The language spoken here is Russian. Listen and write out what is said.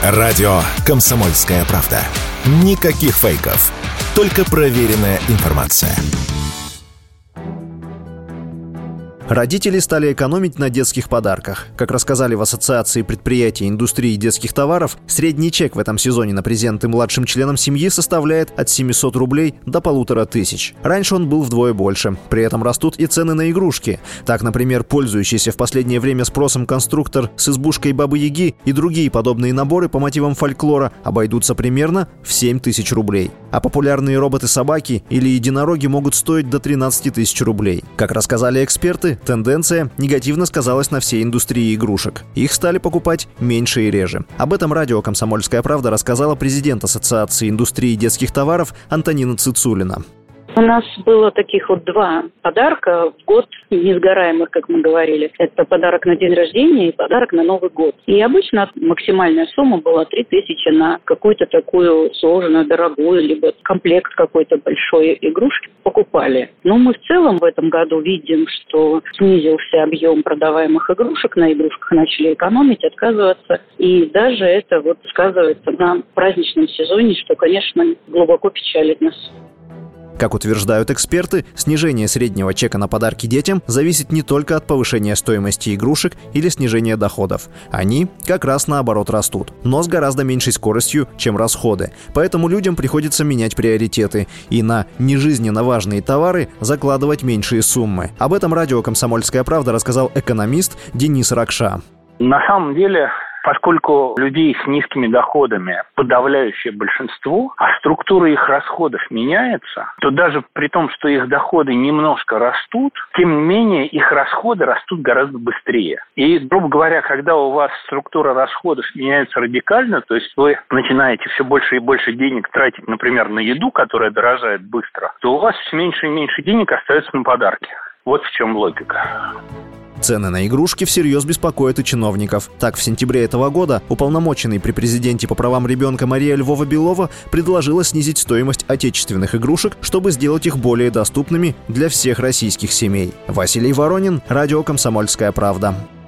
Радио «Комсомольская правда». Никаких фейков. Только проверенная информация. Родители стали экономить на детских подарках. Как рассказали в Ассоциации предприятий индустрии детских товаров, средний чек в этом сезоне на презенты младшим членам семьи составляет от 700 рублей до 1500. Раньше он был вдвое больше. При этом растут и цены на игрушки. Так, например, пользующийся в последнее время спросом конструктор с избушкой Бабы-Яги и другие подобные наборы по мотивам фольклора обойдутся примерно в 7000 рублей. А популярные роботы-собаки или единороги могут стоить до 13 тысяч рублей. Как рассказали эксперты, тенденция негативно сказалась на всей индустрии игрушек. Их стали покупать меньше и реже. Об этом радио «Комсомольская правда» рассказала президент Ассоциации индустрии детских товаров Антонина Цицулина. У нас было таких вот 2 подарка в год несгораемых, как мы говорили. Это подарок на день рождения и подарок на Новый год. И обычно максимальная сумма была 3000 на какую-то такую сложную, дорогую, либо комплект какой-то большой игрушки покупали. Но мы в целом в этом году видим, что снизился объем продаваемых игрушек, на игрушках начали экономить, отказываться. И даже это вот сказывается на праздничном сезоне, что, конечно, глубоко печалит нас. Как утверждают эксперты, снижение среднего чека на подарки детям зависит не только от повышения стоимости игрушек или снижения доходов. Они как раз наоборот растут, но с гораздо меньшей скоростью, чем расходы. Поэтому людям приходится менять приоритеты и на нежизненно важные товары закладывать меньшие суммы. Об этом радио «Комсомольская правда» рассказал экономист Денис Ракша. На самом деле, поскольку людей с низкими доходами подавляющее большинство, а структура их расходов меняется, то даже при том, что их доходы немножко растут, тем не менее их расходы растут гораздо быстрее. И, грубо говоря, когда у вас структура расходов меняется радикально, то есть вы начинаете все больше и больше денег тратить, например, на еду, которая дорожает быстро, то у вас все меньше и меньше денег остается на подарки. Вот в чем логика. Цены на игрушки всерьез беспокоят и чиновников. Так, в сентябре этого года уполномоченный при президенте по правам ребенка Мария Львова-Белова предложила снизить стоимость отечественных игрушек, чтобы сделать их более доступными для всех российских семей. Василий Воронин, радио «Комсомольская правда».